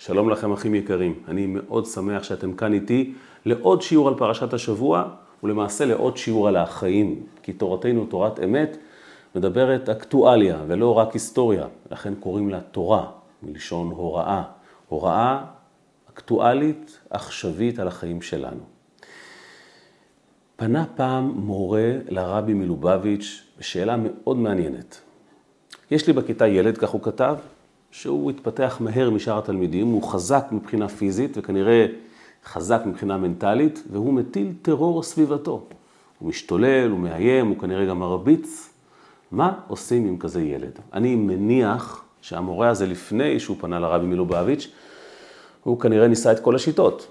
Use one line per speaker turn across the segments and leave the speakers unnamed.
שלום לכם אחים יקרים, אני מאוד שמח שאתם כאן איתי לעוד שיעור על פרשת השבוע ולמעשה לעוד שיעור על החיים, כי תורתנו, תורת אמת, מדברת אקטואליה ולא רק היסטוריה, לכן קוראים לה תורה, מלשון הוראה, הוראה אקטואלית, עכשווית על החיים שלנו. פנה פעם מורה לרבי מלובביץ' בשאלה מאוד מעניינת. יש לי בכיתה ילד, כך הוא כתב, שהוא התפתח מהר משאר התלמידים, הוא חזק מבחינה פיזית וכנראה חזק מבחינה מנטלית, והוא מטיל טרור סביבתו. הוא משתולל, הוא מאיים, הוא כנראה גם מרביץ. מה עושים עם כזה ילד? אני מניח שהמורה הזה לפני שהוא פנה לרבי מלובביץ', הוא כנראה ניסה את כל השיטות.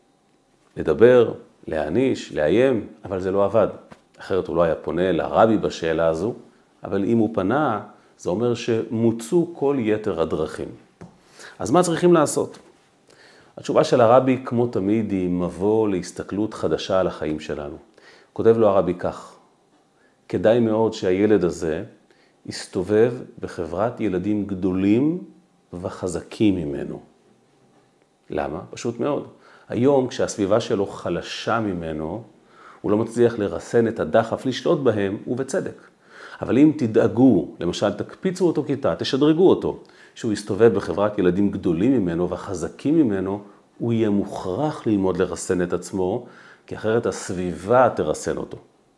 לדבר, להעניש, לאיים, אבל זה לא עבד. אחרת הוא לא היה פונה לרבי בשאלה הזו, אבל אם הוא פנה, זה אומר שמוצו כל יתר הדרכים. אז מה צריכים לעשות? התשובה של הרבי, כמו תמיד, היא מבוא להסתכלות חדשה על החיים שלנו. כותב לו הרבי כך: כדאי מאוד שהילד הזה יסתובב בחברת ילדים גדולים וחזקים ממנו. למה? פשוט מאוד. היום כשהסביבה שלו חלשה ממנו, הוא לא מצליח לרסן את הדחף לשלוט בהם, ובצדק. אבל אם תדאגו, למשל תקפיצו אותו כיתה, תשדרגו אותו, שהוא יסתובב בחברת ילדים גדולים ממנו וחזקים ממנו, הוא יהיה מוכרח ללמוד לרסן את עצמו, כי אחרת הסביבה תרסן אותו.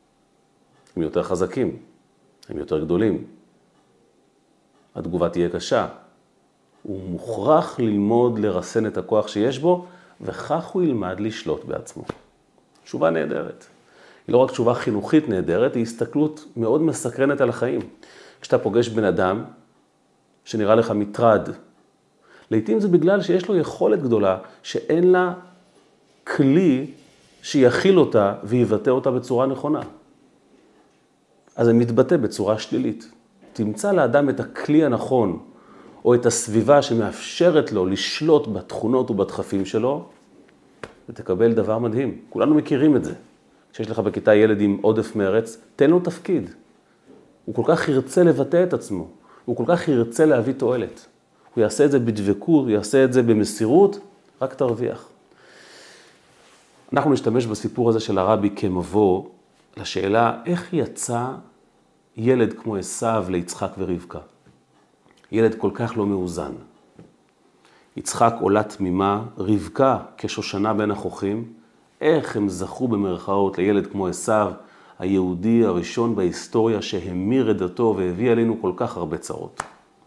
הם יותר חזקים, הם יותר גדולים. התגובה תהיה קשה. הוא מוכרח ללמוד לרסן את הכוח שיש בו, וכך הוא ילמד לשלוט בעצמו. תשובה נהדרת. היא לא רק תשובה חינוכית נהדרת, היא הסתכלות מאוד מסקרנת על החיים. כשאתה פוגש בן אדם שנראה לך מטרד, לעתים זה בגלל שיש לו יכולת גדולה שאין לה כלי שיכיל אותה ויבטא אותה בצורה נכונה. אז זה מתבטא בצורה שלילית. תמצא לאדם את הכלי הנכון או את הסביבה שמאפשרת לו לשלוט בתכונות ובדחפים שלו, ותקבל דבר מדהים. כולנו מכירים את זה. כשיש לך בכיתה ילד עם עודף מרץ, תן לו תפקיד. הוא כל כך ירצה לבטא את עצמו. הוא כל כך ירצה להביא תועלת. הוא יעשה את זה בדבקות, הוא יעשה את זה במסירות, רק תרוויח. אנחנו נשתמש בסיפור הזה של הרבי כמבוא לשאלה איך יצא ילד כמו עשיו ליצחק ורבקה. ילד כל כך לא מאוזן. יצחק עולה תמימה, רבקה כשושנה בין החוכים. איך הם זכו במרכאות לילד כמו עשיו, היהודי הראשון בהיסטוריה שהמיר את דתו והביא עלינו כל כך הרבה צרות.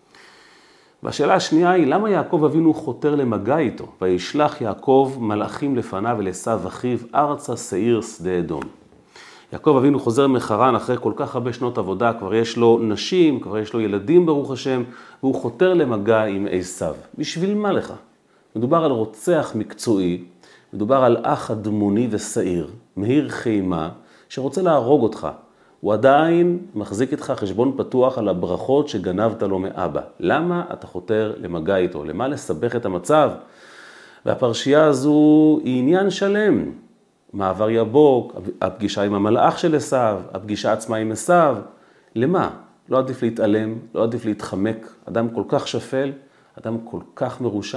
והשאלה השנייה היא, למה יעקב אבינו חותר למגע איתו? וישלח יעקב מלאכים לפניו ולעשיו אחיו ארצה שעיר שדה אדום. יעקב אבינו חוזר מחרן אחרי כל כך הרבה שנות עבודה, כבר יש לו נשים, כבר יש לו ילדים ברוך השם, והוא חותר למגע עם עשיו. בשביל מה לך? מדובר על רוצח מקצועי, מדובר על אח אדמוני ושעיר, מהיר חיימה, שרוצה להרוג אותך. הוא עדיין מחזיק איתך חשבון פתוח על הברכות שגנבת לו מאבא. למה אתה חותר למגע איתו? למה לסבך את המצב? והפרשייה הזו היא עניין שלם. מעבר יבוק, הפגישה עם המלאך של עשיו, הפגישה עצמה עם עשיו. למה? לא עדיף להתעלם, לא עדיף להתחמק. אדם כל כך שפל, אדם כל כך מרושע.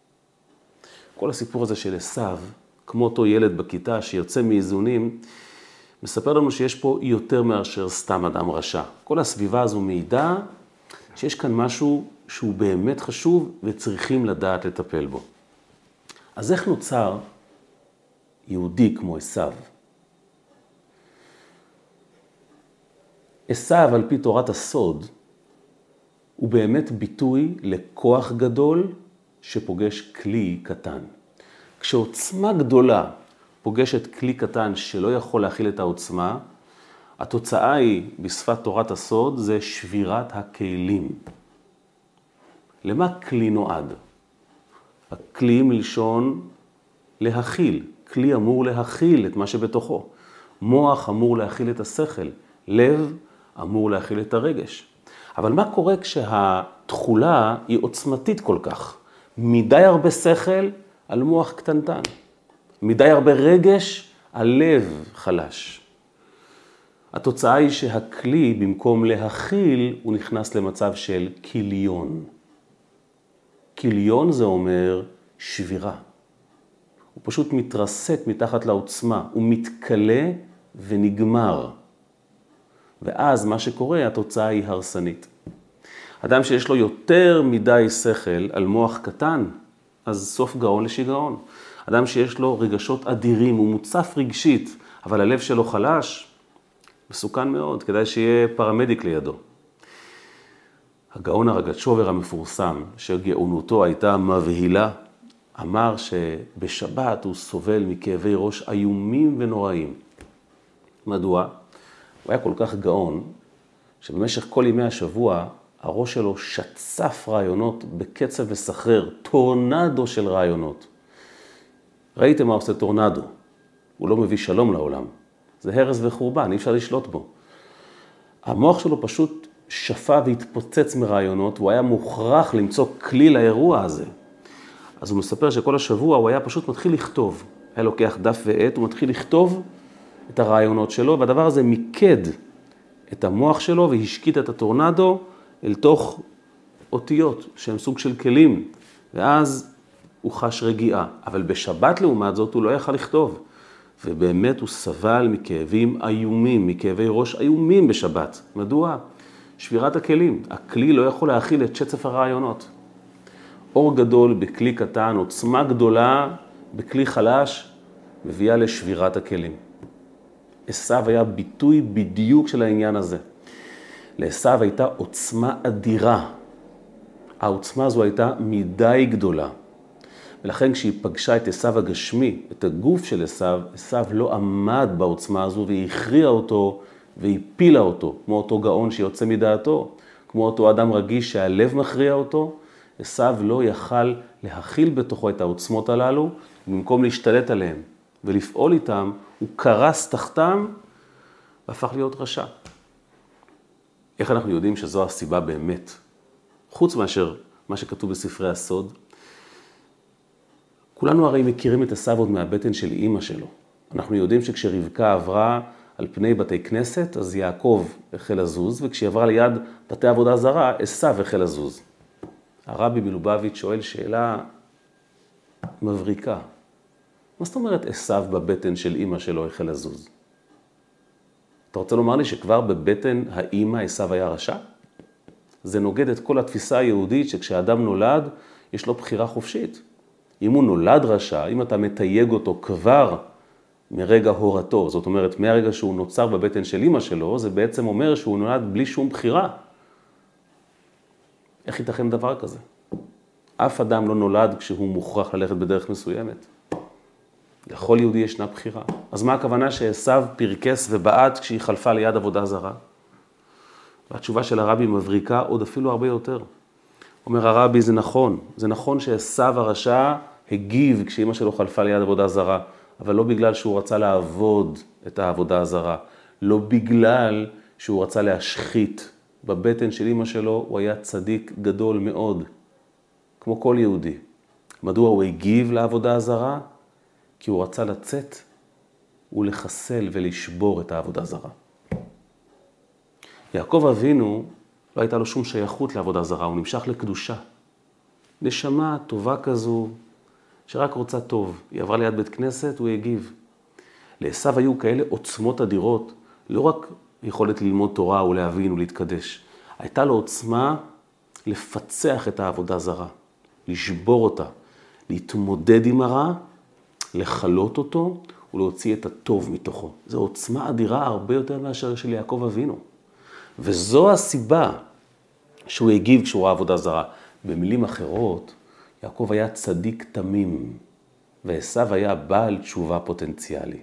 כל הסיפור הזה של עשיו, כמו אותו ילד בכיתה שיוצא מאיזונים, מספר לנו שיש פה יותר מאשר סתם אדם רשע. כל הסביבה הזו מעידה שיש כאן משהו שהוא באמת חשוב וצריכים לדעת לטפל בו. אז איך נוצר יהודי כמו עשיו? עשיו על פי תורת הסוד הוא באמת ביטוי לכוח גדול שפוגש כלי קטן. כשעוצמה גדולה פוגשת כלי קטן שלא יכול להכיל את העוצמה, התוצאה היא, בשפת תורת הסוד, זה שבירת הכלים. למה כלי נועד? הכלי מלשון להכיל. כלי אמור להכיל את מה שבתוכו. מוח אמור להכיל את השכל. לב אמור להכיל את הרגש. אבל מה קורה כשהתחולה היא עוצמתית כל כך? מדי הרבה שכל על מוח קטנטן. מדי הרבה רגש על לב חלש. התוצאה היא שהכלי במקום להכיל הוא נכנס למצב של כיליון. כיליון זה אומר שבירה. הוא פשוט מתרסק מתחת לעוצמה, הוא מתקלה ונגמר. ואז מה שקורה, התוצאה היא הרסנית. אדם שיש לו יותר מדי שכל על מוח קטן, אז סוף גאון לשיגעון. אדם שיש לו רגשות אדירים, הוא מוצף רגשית, אבל הלב שלו חלש, מסוכן מאוד, כדאי שיהיה פרמדיק לידו. הגאון הרגצ'ובר המפורסם, שגאונותו הייתה מבהילה, אמר שבשבת הוא סובל מכאבי ראש איומים ונוראים. מדוע? הוא היה כל כך גאון, שבמשך כל ימי השבוע, הראש שלו שצף רעיונות בקצב וסחרר, טורנדו של רעיונות. ראיתם מה עושה טורנדו? הוא לא מביא שלום לעולם. זה הרס וחורבן, אי אפשר לשלוט בו. המוח שלו פשוט שפה והתפוצץ מרעיונות, והוא היה מוכרח למצוא כלי לאירוע הזה. אז הוא מספר שכל השבוע הוא היה פשוט מתחיל לכתוב. היה לוקח דף ועט, הוא מתחיל לכתוב את הרעיונות שלו, והדבר הזה מיקד את המוח שלו והשקיט את הטורנדו אל תוך אותיות שהם סוג של כלים. ואז הוא חש רגיעה. אבל בשבת לעומת זאת הוא לא יכל לכתוב. ובאמת הוא סבל מכאבים איומים, מכאבי ראש איומים בשבת. מדוע? שבירת הכלים. הכלי לא יכול להכיל את שצף הרעיונות. אור גדול בכלי קטן, עוצמה גדולה בכלי חלש, מביאה לשבירת הכלים. עשיו היה ביטוי בדיוק של העניין הזה. לעשיו הייתה עוצמה אדירה. העוצמה הזו הייתה מדי גדולה. ולכן כשהיא פגשה את עשיו הגשמי, את הגוף של עשיו, עשיו לא עמד בעוצמה הזו והיא הכריעה אותו והפילה אותו, כמו אותו גאון שיוצא מדעתו, כמו אותו אדם רגיש שהלב מכריע אותו, עשיו לא יכל להכיל בתוכו את העוצמות הללו, במקום להשתלט עליהם ולפעול איתם, הוא קרס תחתם והפך להיות רשע. איך אנחנו יודעים שזו הסיבה באמת? חוץ מאשר מה שכתוב בספרי הסוד, כולנו הרי מכירים את עשיו עוד מהבטן של אימא שלו. אנחנו יודעים שכשרבקה עברה על פני בתי כנסת, אז יעקב החל לזוז, וכשהיא עברה ליד בתי עבודה זרה, עשיו החל לזוז. הרבי מלובביץ' שואל שאלה מבריקה. מה זאת אומרת עשיו בבטן של אימא שלו החל לזוז? אתה רוצה לומר לי שכבר בבטן האימא עשיו היה רשע? זה נוגד את כל התפיסה היהודית שכשאדם נולד, יש לו בחירה חופשית. אם הוא נולד רשע, אם אתה מתייג אותו כבר מרגע הורתו, זאת אומרת, מהרגע שהוא נוצר בבטן של אמא שלו, זה בעצם אומר שהוא נולד בלי שום בחירה. איך ייתכן דבר כזה? אף אדם לא נולד כשהוא מוכרח ללכת בדרך מסוימת. לכל יהודי ישנה בחירה. אז מה הכוונה שעשיו פרקס ובעט כשהיא חלפה ליד עבודה זרה? והתשובה של הרבי מבריקה עוד אפילו הרבה יותר. אומר הרבי, זה נכון שעשיו הרשע הגיב כשאמא שלו חלפה ליד עבודה זרה, אבל לא בגלל שהוא רצה לעבוד את העבודה הזרה, לא בגלל שהוא רצה להשחית. בבטן של אמא שלו הוא היה צדיק גדול מאוד, כמו כל יהודי. מדוע הוא הגיב לעבודה הזרה? כי הוא רצה לצאת ולחסל ולשבור את העבודה הזרה. יעקב אבינו לא הייתה לו שום שייכות לעבודה זרה, הוא נמשך לקדושה. נשמה טובה כזו, שרק רוצה טוב. היא עברה ליד בית כנסת, הוא הגיב. לעשיו היו כאלה עוצמות אדירות, לא רק יכולת ללמוד תורה ולהבין ולהתקדש. הייתה לו עוצמה לפצח את העבודה זרה, לשבור אותה, להתמודד עם הרע, לחלות אותו ולהוציא את הטוב מתוכו. זו עוצמה אדירה הרבה יותר מאשר של יעקב אבינו. וזו הסיבה שהוא הגיב כשהוא ראה עבודה זרה. במילים אחרות, יעקב היה צדיק תמים, ועשיו היה בעל תשובה פוטנציאלי.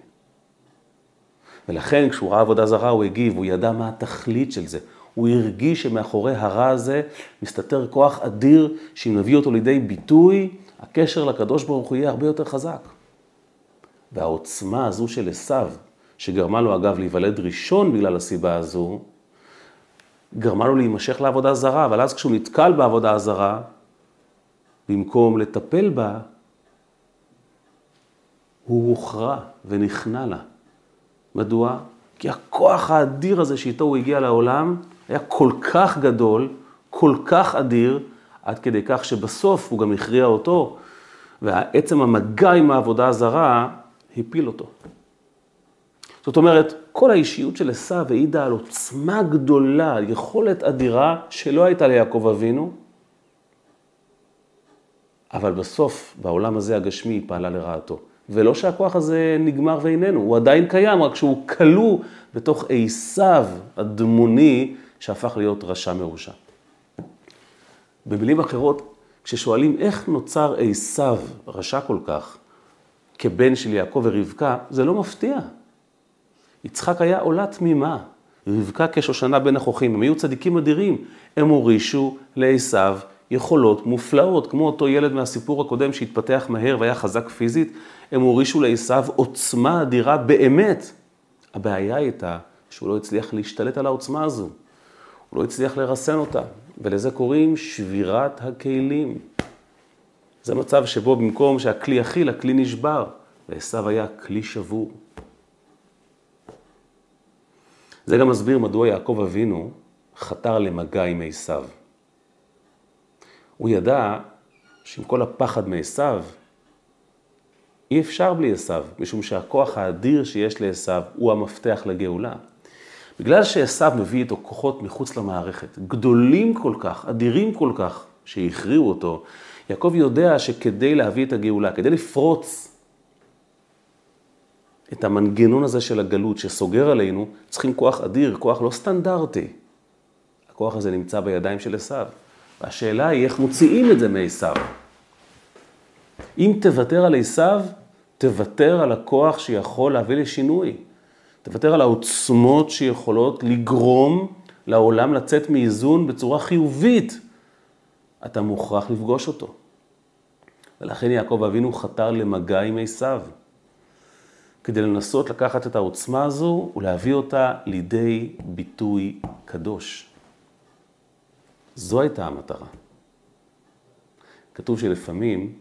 ולכן כשהוא ראה עבודה זרה הוא הגיב, הוא ידע מה התכלית של זה. הוא הרגיש שמאחורי הרע הזה מסתתר כוח אדיר, שאם נביא אותו לידי ביטוי, הקשר לקדוש ברוך הוא יהיה הרבה יותר חזק. והעוצמה הזו של עשיו, שגרמה לו אגב להיוולד ראשון בגלל הסיבה הזו, גרמה לו להימשך לעבודה זרה, אבל אז כשהוא נתקל בעבודה הזרה, במקום לטפל בה, הוא הוכרע ונכנע לה. מדוע? כי הכוח האדיר הזה שאיתו הוא הגיע לעולם, היה כל כך גדול, כל כך אדיר, עד כדי כך שבסוף הוא גם הכריע אותו. והעצם המגע עם העבודה הזרה הפיל אותו. זאת אומרת, כל האישיות של עשיו העידה על עוצמה גדולה, על יכולת אדירה שלא הייתה ליעקב אבינו, אבל בסוף, בעולם הזה הגשמי, היא פעלה לרעתו. ולא שהכוח הזה נגמר ואיננו, הוא עדיין קיים, רק שהוא כלוא בתוך עשיו הדמוני שהפך להיות רשע מרושע. במילים אחרות, כששואלים איך נוצר עשיו רשע כל כך, כבן של יעקב ורבקה, זה לא מפתיע. יצחק היה עולה תמימה, רבקה כשושנה בין החוכים, הם היו צדיקים אדירים, הם הורישו לעשיו יכולות מופלאות, כמו אותו ילד מהסיפור הקודם שהתפתח מהר והיה חזק פיזית, הם הורישו לעשיו עוצמה אדירה באמת. הבעיה הייתה שהוא לא הצליח להשתלט על העוצמה הזו, הוא לא הצליח לרסן אותה, ולזה קוראים שבירת הכלים. זה מצב שבו במקום שהכלי אכיל, הכלי נשבר, ועשיו היה כלי שבור. זה גם מסביר מדוע יעקב אבינו חתר למגע עם עשיו. הוא ידע שעם כל הפחד מעשיו, אי אפשר בלי עשיו, משום שהכוח האדיר שיש לעשיו הוא המפתח לגאולה. בגלל שעשיו מביא איתו כוחות מחוץ למערכת, גדולים כל כך, אדירים כל כך, שהכריעו אותו, יעקב יודע שכדי להביא את הגאולה, כדי לפרוץ את המנגנון הזה של הגלות שסוגר עלינו, צריכים כוח אדיר, כוח לא סטנדרטי. הכוח הזה נמצא בידיים של עשיו. והשאלה היא איך מוציאים את זה מעשיו. אם תוותר על עשיו, תוותר על הכוח שיכול להביא לשינוי. תוותר על העוצמות שיכולות לגרום לעולם לצאת מאיזון בצורה חיובית. אתה מוכרח לפגוש אותו. ולכן יעקב אבינו חתר למגע עם עשיו. כדי לנסות לקחת את העוצמה הזו ולהביא אותה לידי ביטוי קדוש. זו הייתה המטרה. כתוב שלפעמים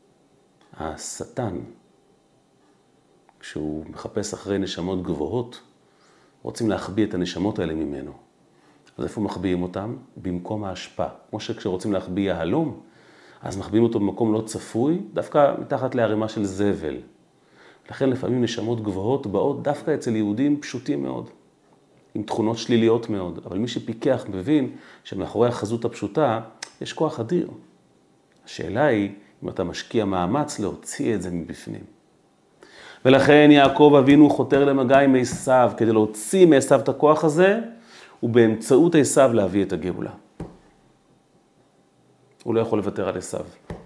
השטן, כשהוא מחפש אחרי נשמות גבוהות, רוצים להחביא את הנשמות האלה ממנו. אז איפה מחביאים אותם? במקום ההשפעה. כמו שכשרוצים להחביא יהלום, אז מחביאים אותו במקום לא צפוי, דווקא מתחת לערימה של זבל. לכן לפעמים נשמות גבוהות באות דווקא אצל יהודים פשוטים מאוד, עם תכונות שליליות מאוד. אבל מי שפיקח מבין שמאחורי החזות הפשוטה יש כוח אדיר. השאלה היא אם אתה משקיע מאמץ להוציא את זה מבפנים. ולכן יעקב אבינו חותר למגע עם עשיו כדי להוציא מעשיו את הכוח הזה, ובאמצעות עשיו להביא את הגאולה. הוא לא יכול לוותר על עשיו.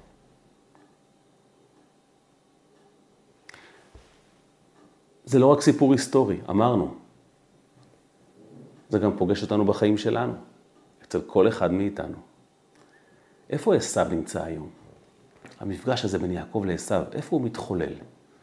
זה לא רק סיפור היסטורי, אמרנו. זה גם פוגש אותנו בחיים שלנו, אצל כל אחד מאיתנו. איפה עשיו נמצא היום? המפגש הזה בין יעקב לעשיו, איפה הוא מתחולל?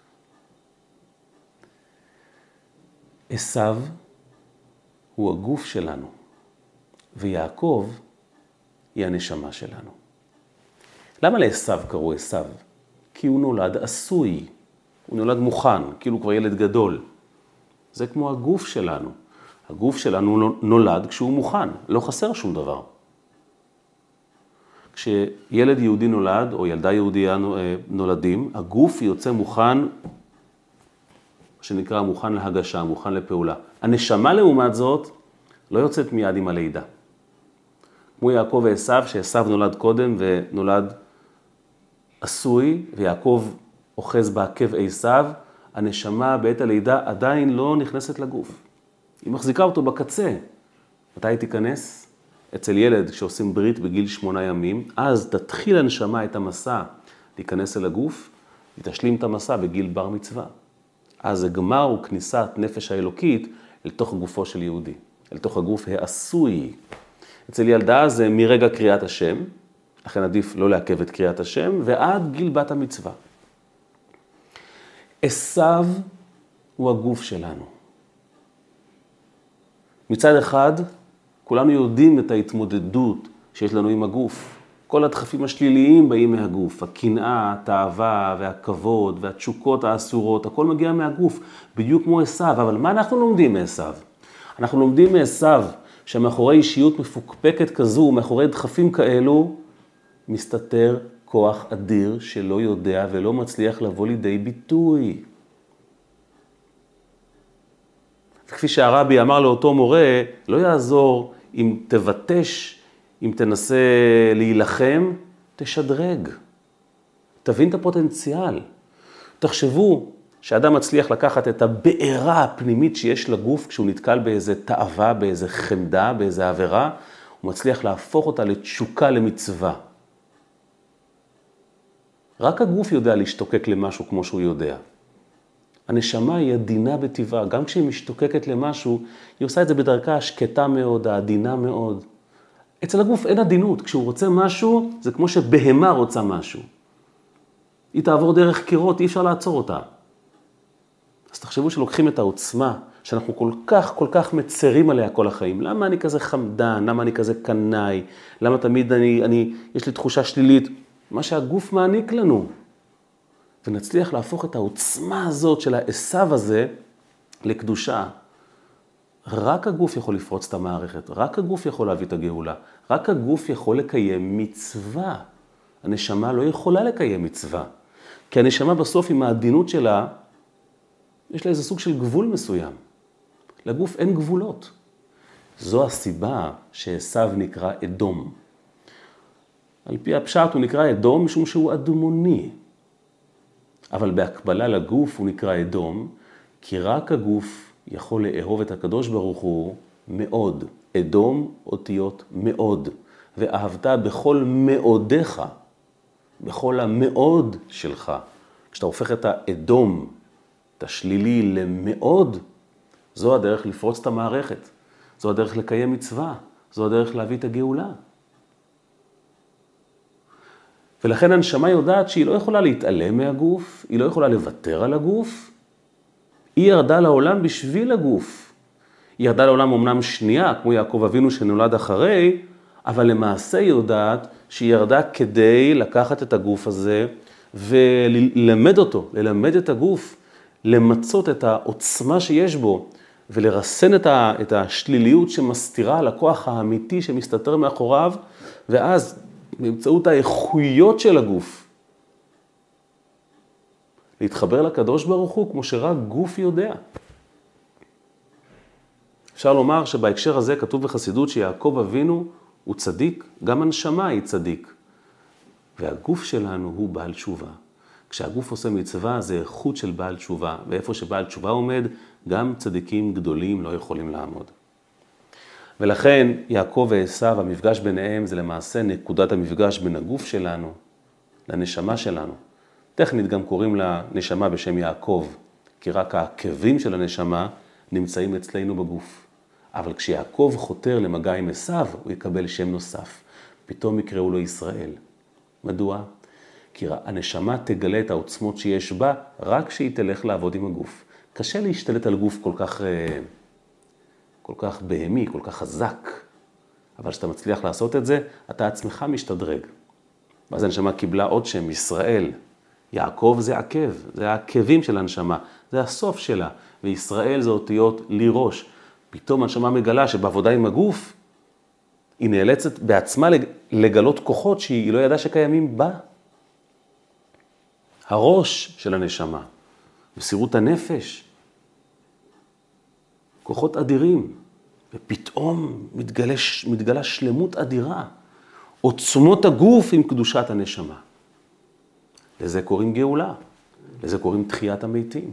עשיו הוא הגוף שלנו, ויעקב היא הנשמה שלנו. למה לעשיו קראו עשיו? כי הוא נולד עשוי, הוא נולד מוכן, כאילו הוא כבר ילד גדול. זה כמו הגוף שלנו. הגוף שלנו נולד כשהוא מוכן, לא חסר שום דבר. כשילד יהודי נולד, או ילדה יהודייה נולדים, הגוף יוצא מוכן, שנקרא מוכן להגשה, מוכן לפעולה. הנשמה לעומת זאת לא יוצאת מיד עם הלידה. כמו יעקב ועשיו, שעשיו נולד קודם ונולד עשוי, ויעקב אוחז בעקב עשיו, הנשמה בעת הלידה עדיין לא נכנסת לגוף. היא מחזיקה אותו בקצה. מתי היא תיכנס? אצל ילד שעושים ברית בגיל 8 ימים, אז תתחיל הנשמה את המסע להיכנס אל הגוף, היא תשלים את המסע בגיל בר מצווה. אז הגמר הוא כניסת נפש האלוקית אל תוך גופו של יהודי, אל תוך הגוף העשוי. אצל ילדה זה מרגע קריאת השם, לכן עדיף לא לעכב את קריאת השם, ועד גיל בת המצווה. עשיו הוא הגוף שלנו. מצד אחד, כולנו יודעים את ההתמודדות שיש לנו עם הגוף. כל הדחפים השליליים באים מהגוף, הקנאה, התאווה והכבוד והתשוקות האסורות, הכל מגיע מהגוף, בדיוק כמו עשיו. אבל מה אנחנו לומדים מעשיו? אנחנו לומדים מעשיו שמאחורי אישיות מפוקפקת כזו, מאחורי דחפים כאלו, מסתתר כוח אדיר שלא יודע ולא מצליח לבוא לידי ביטוי. וכפי שהרבי אמר לאותו מורה, לא יעזור אם תבטש, אם תנסה להילחם, תשדרג. תבין את הפוטנציאל. תחשבו שאדם מצליח לקחת את הבעירה הפנימית שיש לגוף כשהוא נתקל באיזה תאווה, באיזה חמדה, באיזה עבירה, הוא מצליח להפוך אותה לתשוקה, למצווה. רק הגוף יודע להשתוקק למשהו כמו שהוא יודע. הנשמה היא עדינה בטבעה, גם כשהיא משתוקקת למשהו, היא עושה את זה בדרכה השקטה מאוד, העדינה מאוד. אצל הגוף אין עדינות, כשהוא רוצה משהו, זה כמו שבהמה רוצה משהו. היא תעבור דרך קירות, אי אפשר לעצור אותה. אז תחשבו שלוקחים את העוצמה, שאנחנו כל כך מצרים עליה כל החיים. למה אני כזה חמדן? למה אני כזה קנאי? למה תמיד יש לי תחושה שלילית? מה שהגוף מעניק לנו. ונצליח להפוך את העוצמה הזאת של העשב הזה לקדושה. רק הגוף יכול לפרוץ את המערכת, רק הגוף יכול להביא את הגאולה, רק הגוף יכול לקיים מצווה. הנשמה לא יכולה לקיים מצווה, כי הנשמה בסוף עם העדינות שלה, יש לה איזה סוג של גבול מסוים. לגוף אין גבולות. זו הסיבה שעשב נקרא אדום. על פי הפשט הוא נקרא אדום משום שהוא אדומוני. אבל בהקבלה לגוף הוא נקרא אדום, כי רק הגוף יכול לאהוב את הקדוש ברוך הוא מאוד. אדום אותיות מאוד. ואהבת בכל מאודיך, בכל המאוד שלך. כשאתה הופך את האדום, את השלילי למאוד, זו הדרך לפרוץ את המערכת. זו הדרך לקיים מצווה. זו הדרך להביא את הגאולה. ולכן הנשמה יודעת שהיא לא יכולה להתעלם מהגוף, היא לא יכולה לוותר על הגוף. היא ירדה לעולם בשביל הגוף. היא ירדה לעולם אמנם שנייה, כמו יעקב אבינו שנולד אחרי, אבל למעשה היא יודעת שהיא ירדה כדי לקחת את הגוף הזה וללמד אותו, ללמד את הגוף, למצות את העוצמה שיש בו ולרסן את השליליות שמסתירה על הכוח האמיתי שמסתתר מאחוריו, ואז באמצעות האיכויות של הגוף, להתחבר לקדוש ברוך הוא כמו שרק גוף יודע. אפשר לומר שבהקשר הזה כתוב בחסידות שיעקב אבינו הוא צדיק, גם הנשמה היא צדיק. והגוף שלנו הוא בעל תשובה. כשהגוף עושה מצווה זה איכות של בעל תשובה, ואיפה שבעל תשובה עומד, גם צדיקים גדולים לא יכולים לעמוד. ולכן יעקב ועשיו, המפגש ביניהם זה למעשה נקודת המפגש בין הגוף שלנו לנשמה שלנו. טכנית גם קוראים לנשמה בשם יעקב, כי רק העקבים של הנשמה נמצאים אצלנו בגוף. אבל כשיעקב חותר למגע עם עשיו, הוא יקבל שם נוסף. פתאום יקראו לו ישראל. מדוע? כי הנשמה תגלה את העוצמות שיש בה רק כשהיא תלך לעבוד עם הגוף. קשה להשתלט על גוף כל כך בהמי, כל כך חזק. אבל כשאתה מצליח לעשות את זה, אתה עצמך משתדרג. ואז הנשמה קיבלה עוד שם, ישראל. יעקב זה עקב, זה העקבים של הנשמה, זה הסוף שלה. וישראל זה אותיות לירוש. פתאום הנשמה מגלה שבעבודה עם הגוף, היא נאלצת בעצמה לגלות כוחות שהיא לא ידעה שקיימים בה. הראש של הנשמה, מסירות הנפש, כוחות אדירים, ופתאום מתגלה שלמות אדירה, עוצמות הגוף עם קדושת הנשמה. לזה קוראים גאולה, לזה קוראים תחיית המתים.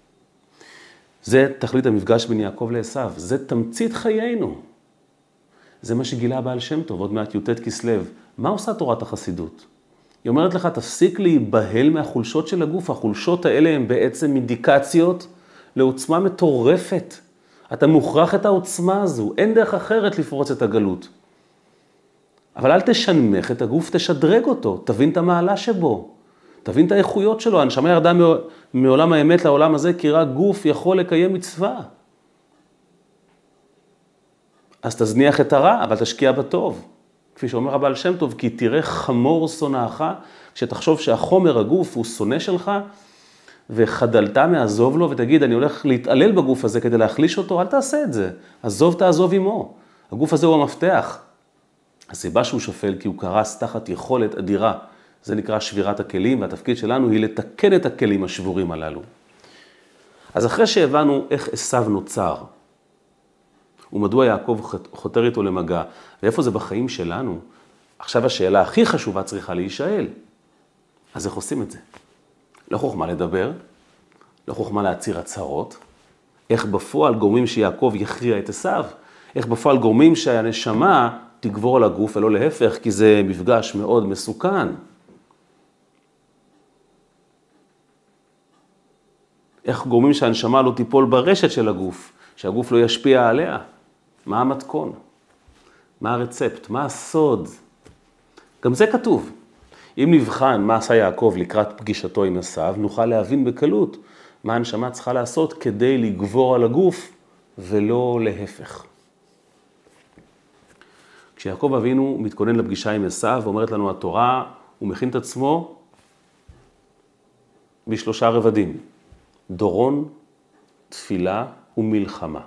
זה תכלית המפגש בין יעקב לעשיו, זה תמצית חיינו. זה מה שגילה הבעל שם טוב, עוד מעט י"ט כסלו. מה עושה תורת החסידות? היא אומרת לך, תפסיק להיבהל מהחולשות של הגוף. החולשות האלה הן בעצם אינדיקציות לעוצמה מטורפת. אתה מוכרח את העוצמה הזו, אין דרך אחרת לפרוץ את הגלות. אבל אל תשנמך את הגוף, תשדרג אותו, תבין את המעלה שבו, תבין את האיכויות שלו. הנשמה ירדה מעולם האמת לעולם הזה, כי רק גוף יכול לקיים מצווה. אז תזניח את הרע, אבל תשקיע בטוב. כפי שאומר הבעל שם טוב, כי תראה חמור שונאך, שתחשוב שהחומר הגוף הוא שונא שלך, וחדלת מעזוב לו ותגיד, אני הולך להתעלל בגוף הזה כדי להחליש אותו, אל תעשה את זה. עזוב תעזוב עמו. הגוף הזה הוא המפתח. הסיבה שהוא שפל כי הוא קרס תחת יכולת אדירה זה נקרא שבירת הכלים, והתפקיד שלנו היא לתקן את הכלים השבורים הללו. אז אחרי שהבנו איך עשיו נוצר, ומדוע יעקב חותר איתו למגע, ואיפה זה בחיים שלנו, עכשיו השאלה הכי חשובה צריכה להישאל. אז איך עושים את זה? לא חוכמה לדבר, לא חוכמה להצהיר הצהרות, איך בפועל גורמים שיעקב יכריע את עשיו, איך בפועל גורמים שהנשמה תגבור על הגוף ולא להפך, כי זה מפגש מאוד מסוכן. איך גורמים שהנשמה לא תיפול ברשת של הגוף, שהגוף לא ישפיע עליה. מה המתכון? מה הרצפט? מה הסוד? גם זה כתוב. אם נבחן מה עשה יעקב לקראת פגישתו עם עשיו, נוכל להבין בקלות מה הנשמה צריכה לעשות כדי לגבור על הגוף ולא להפך. כשיעקב אבינו מתכונן לפגישה עם עשיו, ואומרת לנו התורה, הוא מכין את עצמו בשלושה רבדים. דורון, תפילה ומלחמה.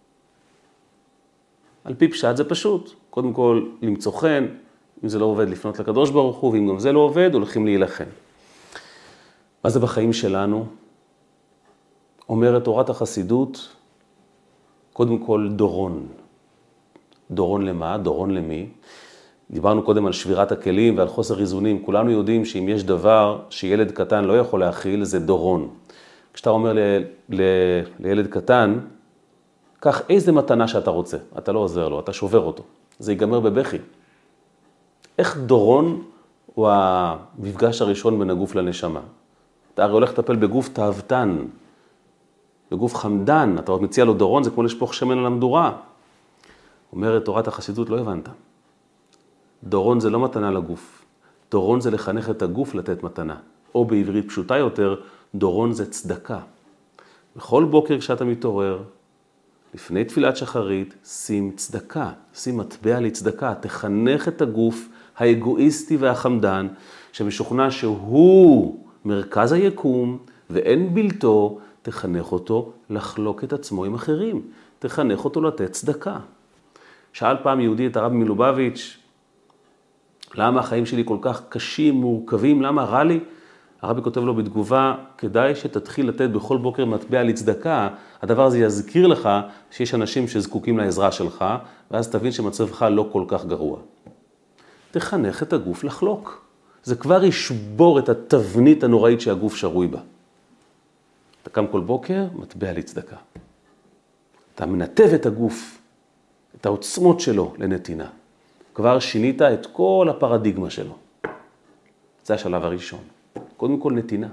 על פי פשט זה פשוט. קודם כל למצוא חן, אם זה לא עובד לפנות לקדוש ברוך הוא, ואם גם זה לא עובד, הולכים להילחם. מה זה בחיים שלנו? אומרת תורת החסידות, קודם כל דורון. דורון למה? דורון למי? דיברנו קודם על שבירת הכלים ועל חוסר איזונים. כולנו יודעים שאם יש דבר שילד קטן לא יכול להכיל, זה דורון. כשאתה אומר לילד קטן, קח איזה מתנה שאתה רוצה. אתה לא עוזר לו, אתה שובר אותו. זה ייגמר בבכי. איך דורון הוא המפגש הראשון בין הגוף לנשמה? אתה הרי הולך לטפל בגוף תאוותן, בגוף חמדן. אתה עוד מציע לו דורון, זה כמו לשפוך שמן על המדורה. אומרת תורת החסידות, לא הבנת. דורון זה לא מתנה לגוף. דורון זה לחנך את הגוף לתת מתנה. או בעברית פשוטה יותר, דורון זה צדקה. בכל בוקר כשאתה מתעורר, לפני תפילת שחרית, שים צדקה, שים מטבע לצדקה, תחנך את הגוף האגואיסטי והחמדן, שמשוכנע שהוא מרכז היקום ואין בלתו, תחנך אותו לחלוק את עצמו עם אחרים, תחנך אותו לתת צדקה. שאל פעם יהודי את הרב מלובביץ', למה החיים שלי כל כך קשים, מורכבים, למה רע לי? הרבי כותב לו בתגובה, כדאי שתתחיל לתת בכל בוקר מטבע לצדקה, הדבר הזה יזכיר לך שיש אנשים שזקוקים לעזרה שלך, ואז תבין שמצבך לא כל כך גרוע. תחנך את הגוף לחלוק. זה כבר ישבור את התבנית הנוראית שהגוף שרוי בה. אתה קם כל בוקר, מטבע לצדקה. אתה מנתב את הגוף, את העוצמות שלו לנתינה. כבר שינית את כל הפרדיגמה שלו. זה השלב הראשון. קודם כל נתינה.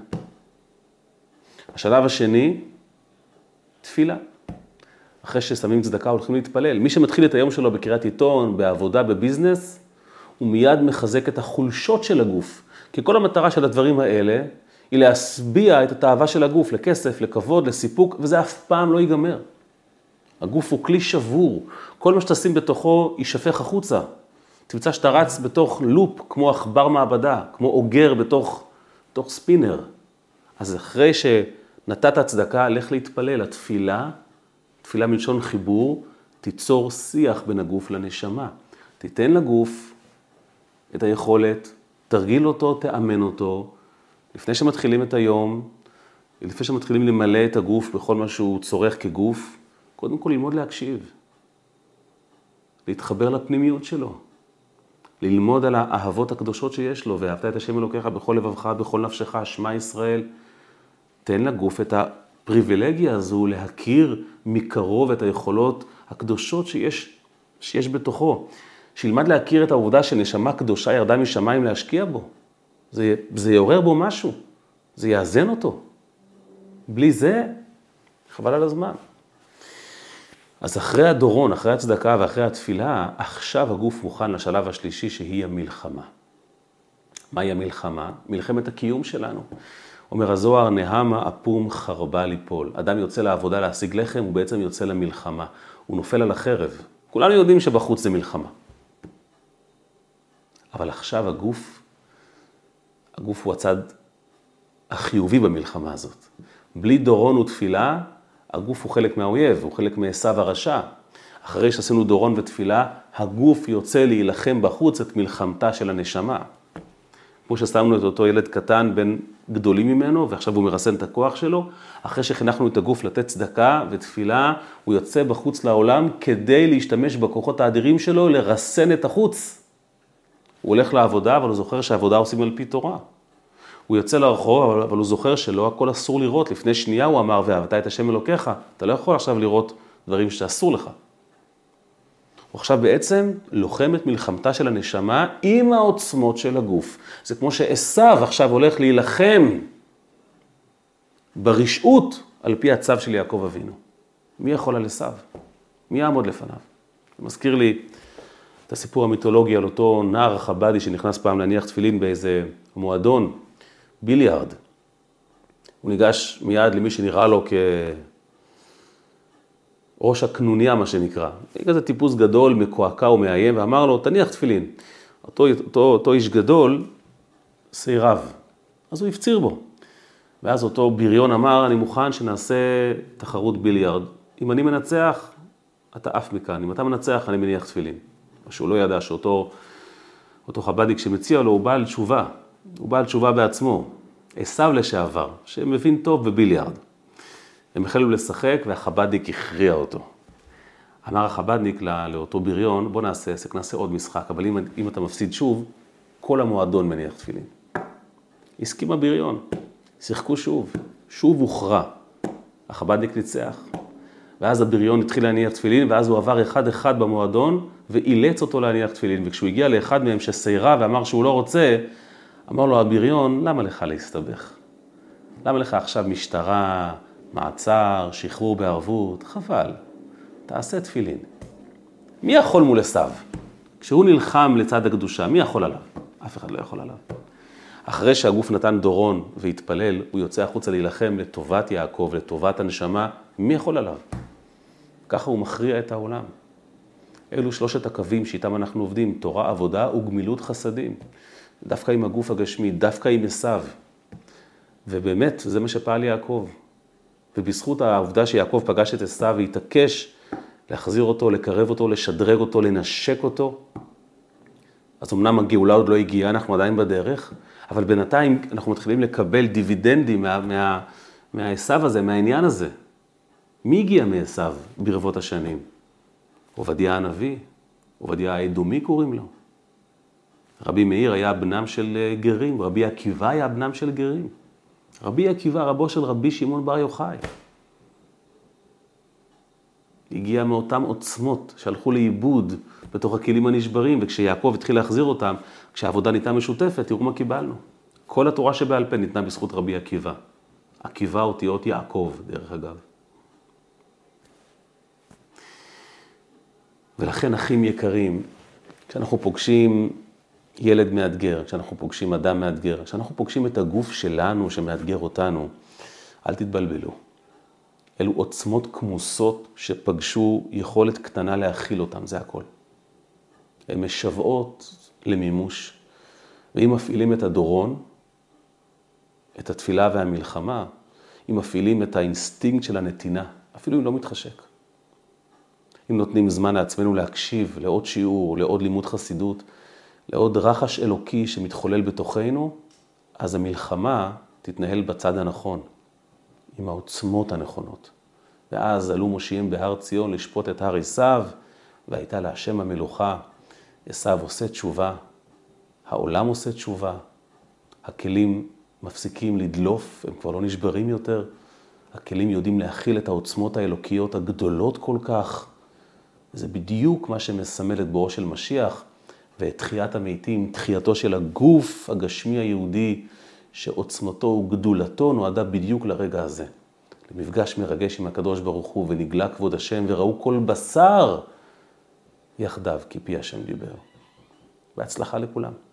השלב השני, תפילה. אחרי ששמים צדקה הולכים להתפלל. מי שמתחיל את היום שלו בקריאת עיתון, בעבודה, בביזנס, הוא מיד מחזק את החולשות של הגוף. כי כל המטרה של הדברים האלה היא להשביע את התאווה של הגוף לכסף, לכבוד, לסיפוק, וזה אף פעם לא ייגמר. הגוף הוא כלי שבור. כל מה שתשים בתוכו יישפך החוצה. תמצא שאתה רץ בתוך לופ כמו עכבר מעבדה, כמו אוגר בתוך ספינר. אז אחרי שנתת צדקה, לך להתפלל. התפילה, תפילה מלשון חיבור, תיצור שיח בין הגוף לנשמה. תיתן לגוף את היכולת, תרגיל אותו, תאמן אותו. לפני שמתחילים את היום, לפני שמתחילים למלא את הגוף בכל מה שהוא צורך כגוף, קודם כל ללמוד להקשיב. להתחבר לפנימיות שלו. ללמוד על האהבות הקדושות שיש לו, ואהבת את השם אלוקיך בכל לבבך, בכל נפשך, שמע ישראל. תן לגוף את הפריבילגיה הזו להכיר מקרוב את היכולות הקדושות שיש בתוכו. שילמד להכיר את העובדה שנשמה קדושה ירדה משמיים להשקיע בו. זה יעורר בו משהו, זה יאזן אותו. בלי זה, חבל על הזמן. אז אחרי הדורון, אחרי הצדקה ואחרי התפילה, עכשיו הגוף מוכן לשלב השלישי שהיא המלחמה. מהי המלחמה? מלחמת הקיום שלנו. אומר הזוהר, נהמה אפום חרבה ליפול. אדם יוצא לעבודה להשיג לחם, הוא בעצם יוצא למלחמה. הוא נופל על החרב. כולנו יודעים שבחוץ זה מלחמה. אבל עכשיו הגוף הוא הצד החיובי במלחמה הזאת. בלי דורון ותפילה, הגוף הוא חלק מהאויב, הוא חלק מעשיו הרשע. אחרי שעשינו דורון ותפילה, הגוף יוצא להילחם בחוץ את מלחמתה של הנשמה. כמו ששמנו את אותו ילד קטן בין גדולים ממנו, ועכשיו הוא מרסן את הכוח שלו, אחרי שחינכנו את הגוף לתת צדקה ותפילה, הוא יוצא בחוץ לעולם כדי להשתמש בכוחות האדירים שלו, לרסן את החוץ. הוא הולך לעבודה, אבל הוא זוכר שהעבודה עושים על פי תורה. הוא יוצא לרחוב, אבל הוא זוכר שלא הכל אסור לראות. לפני שנייה הוא אמר, ואהבת את השם אלוקיך, אתה לא יכול עכשיו לראות דברים שאסור לך. הוא עכשיו בעצם לוחם את מלחמתה של הנשמה עם העוצמות של הגוף. זה כמו שעשיו עכשיו הולך להילחם ברשעות על פי הצו של יעקב אבינו. מי יכול על עשיו? מי יעמוד לפניו? זה מזכיר לי את הסיפור המיתולוגי על אותו נער חבדי שנכנס פעם להניח תפילין באיזה מועדון ביליארד. הוא ניגש מיד למי שנראה לו ראש הקנוניה, מה שנקרא. כזה טיפוס גדול, מקועקע ומאיים, ואמר לו, תניח תפילין. אותו איש גדול, סירב. אז הוא הפציר בו. ואז אותו בריון אמר, אני מוכן שנעשה תחרות ביליארד. אם אני מנצח, אתה עף מכאן. אם אתה מנצח, אני מניח תפילין. מה שהוא לא ידע שאותו חבדיק שמציע לו, הוא בעל תשובה. הוא בעל תשובה בעצמו. עשיו לשעבר, שמבין טוב בביליארד. הם החלו לשחק והחבדניק הכריע אותו. אמר החבדניק לאותו בריון, בוא נעשה עסק, נעשה עוד משחק, אבל אם אתה מפסיד שוב, כל המועדון מניח תפילין. הסכים הבריון, שיחקו שוב הוכרע. החבדניק ניצח, ואז הבריון התחיל להניח תפילין, ואז הוא עבר אחד במועדון, ואילץ אותו להניח תפילין, וכשהוא הגיע לאחד מהם שסיירה ואמר שהוא לא רוצה, אמר לו הבריון, למה לך להסתבך? למה לך עכשיו משטרה, מעצר, שחרור בערבות? חבל, תעשה תפילין. מי יכול מול עשיו? כשהוא נלחם לצד הקדושה, מי יכול עליו? אף אחד לא יכול עליו. אחרי שהגוף נתן דורון והתפלל, הוא יוצא החוצה להילחם לטובת יעקב, לטובת הנשמה, מי יכול עליו? ככה הוא מכריע את העולם. אלו שלושת הקווים שאיתם אנחנו עובדים, תורה, עבודה וגמילות חסדים. דווקא עם הגוף הגשמי, דווקא עם עשיו. ובאמת, זה מה שפעל יעקב. ובזכות העובדה שיעקב פגש את עשיו והתעקש להחזיר אותו, לקרב אותו, לשדרג אותו, לנשק אותו, אז אמנם הגאולה עוד לא הגיעה, אנחנו עדיין בדרך, אבל בינתיים אנחנו מתחילים לקבל דיבידנדים מהעשיו הזה, מהעניין הזה. מי הגיע מעשיו ברבות השנים? עובדיה הנביא, עובדיה האדומי קוראים לו. רבי מאיר היה בנם של גרים, רבי עקיבא היה בנם של גרים. רבי עקיבא, רבו של רבי שמעון בר יוחאי. הגיע מאותם עוצמות שהלכו לאיבוד בתוך הכלים הנשברים, וכשיעקב התחיל להחזיר אותם, כשהעבודה ניתנה משותפת, תראו מה קיבלנו. כל התורה שבעל פה ניתנה בזכות רבי עקיבא. עקיבא אותיות יעקב, דרך אגב. ולכן, אחים יקרים, כשאנחנו פוגשים ילד מאתגר, כשאנחנו פוגשים אדם מאתגר, כשאנחנו פוגשים את הגוף שלנו שמאתגר אותנו, אל תתבלבלו. אלו עוצמות כמוסות שפגשו יכולת קטנה להכיל אותם, זה הכל. הן משוועות למימוש. ואם מפעילים את הדורון, את התפילה והמלחמה, אם מפעילים את האינסטינקט של הנתינה, אפילו אם לא מתחשק. אם נותנים זמן לעצמנו להקשיב לעוד שיעור, לעוד לימוד חסידות, לעוד רחש אלוקי שמתחולל בתוכנו, אז המלחמה תתנהל בצד הנכון, עם העוצמות הנכונות. ואז עלו מושיעים בהר ציון לשפוט את הר עשיו, והייתה להשם המלוכה. עשיו עושה תשובה, העולם עושה תשובה, הכלים מפסיקים לדלוף, הם כבר לא נשברים יותר, הכלים יודעים להכיל את העוצמות האלוקיות הגדולות כל כך. זה בדיוק מה שמסמל את בואו של משיח, ואת תחיית המתים, תחייתו של הגוף הגשמי היהודי, שעוצמתו וגדולתו נועדה בדיוק לרגע הזה. למפגש מרגש עם הקדוש ברוך הוא, ונגלה כבוד השם, וראו כל בשר יחדיו, כי פי השם דיבר. בהצלחה לכולם.